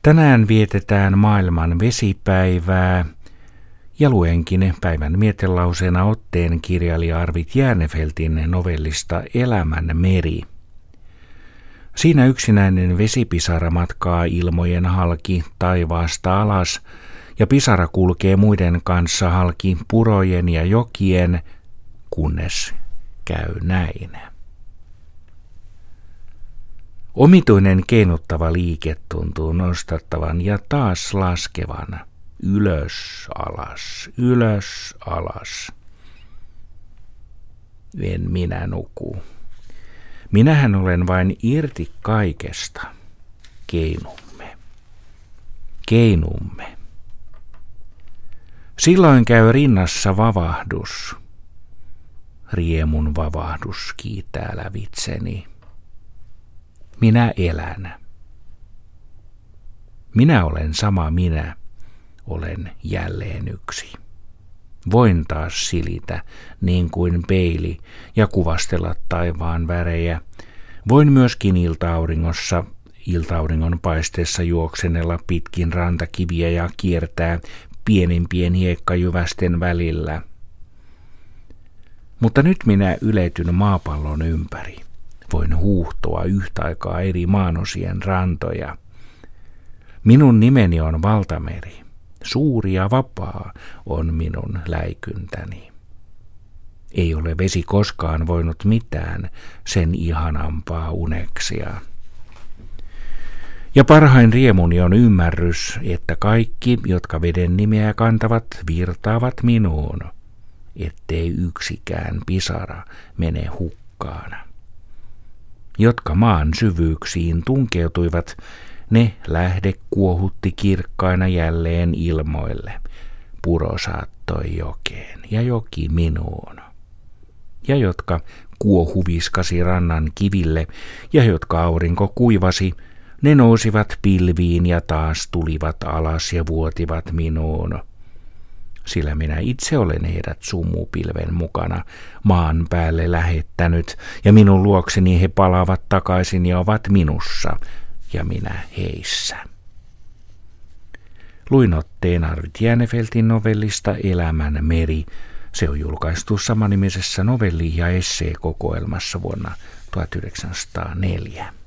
Tänään vietetään maailman vesipäivää ja luenkin päivän mietelauseena otteen kirjailija Arvid Järnefeltin novellista Elämän meri. Siinä yksinäinen vesipisara matkaa ilmojen halki taivaasta alas ja pisara kulkee muiden kanssa halki purojen ja jokien, kunnes käy näin. Omituinen keinuttava liike tuntuu nostattavan ja taas laskevan. Ylös, alas, ylös, alas. En minä nuku. Minähän olen vain irti kaikesta. Keinumme. Keinumme. Silloin käy rinnassa vavahdus. Riemun vavahdus kiitää lävitseni. Minä elän. Minä olen sama minä. Olen jälleen yksi. Voin taas silitä niin kuin peili ja kuvastella taivaan värejä. Voin myöskin iltauringon paisteessa juoksenella pitkin rantakiviä ja kiertää pienimpien hiekkajyvästen välillä. Mutta nyt minä yletyn maapallon ympäri. Voin huuhtoa yhtä aikaa eri maanosien rantoja. Minun nimeni on valtameri. Suuri ja vapaa on minun läikyntäni. Ei ole vesi koskaan voinut mitään sen ihanampaa uneksia. Ja parhain riemuni on ymmärrys, että kaikki, jotka veden nimeä kantavat, virtaavat minuun, ettei yksikään pisara mene hukkaan. Jotka maan syvyyksiin tunkeutuivat, ne lähde kuohutti kirkkaina jälleen ilmoille. Puro saattoi jokeen ja joki minuun. Ja jotka kuohu viskasi rannan kiville ja jotka aurinko kuivasi, ne nousivat pilviin ja taas tulivat alas ja vuotivat minuun. Sillä minä itse olen heidät sumupilven mukana maan päälle lähettänyt ja minun luokseni he palaavat takaisin ja ovat minussa ja minä heissä. Luin otteen Arvid Järnefeltin novellista Elämän meri. Se on julkaistu samanimisessä novelli- ja esseekokoelmassa vuonna 1904.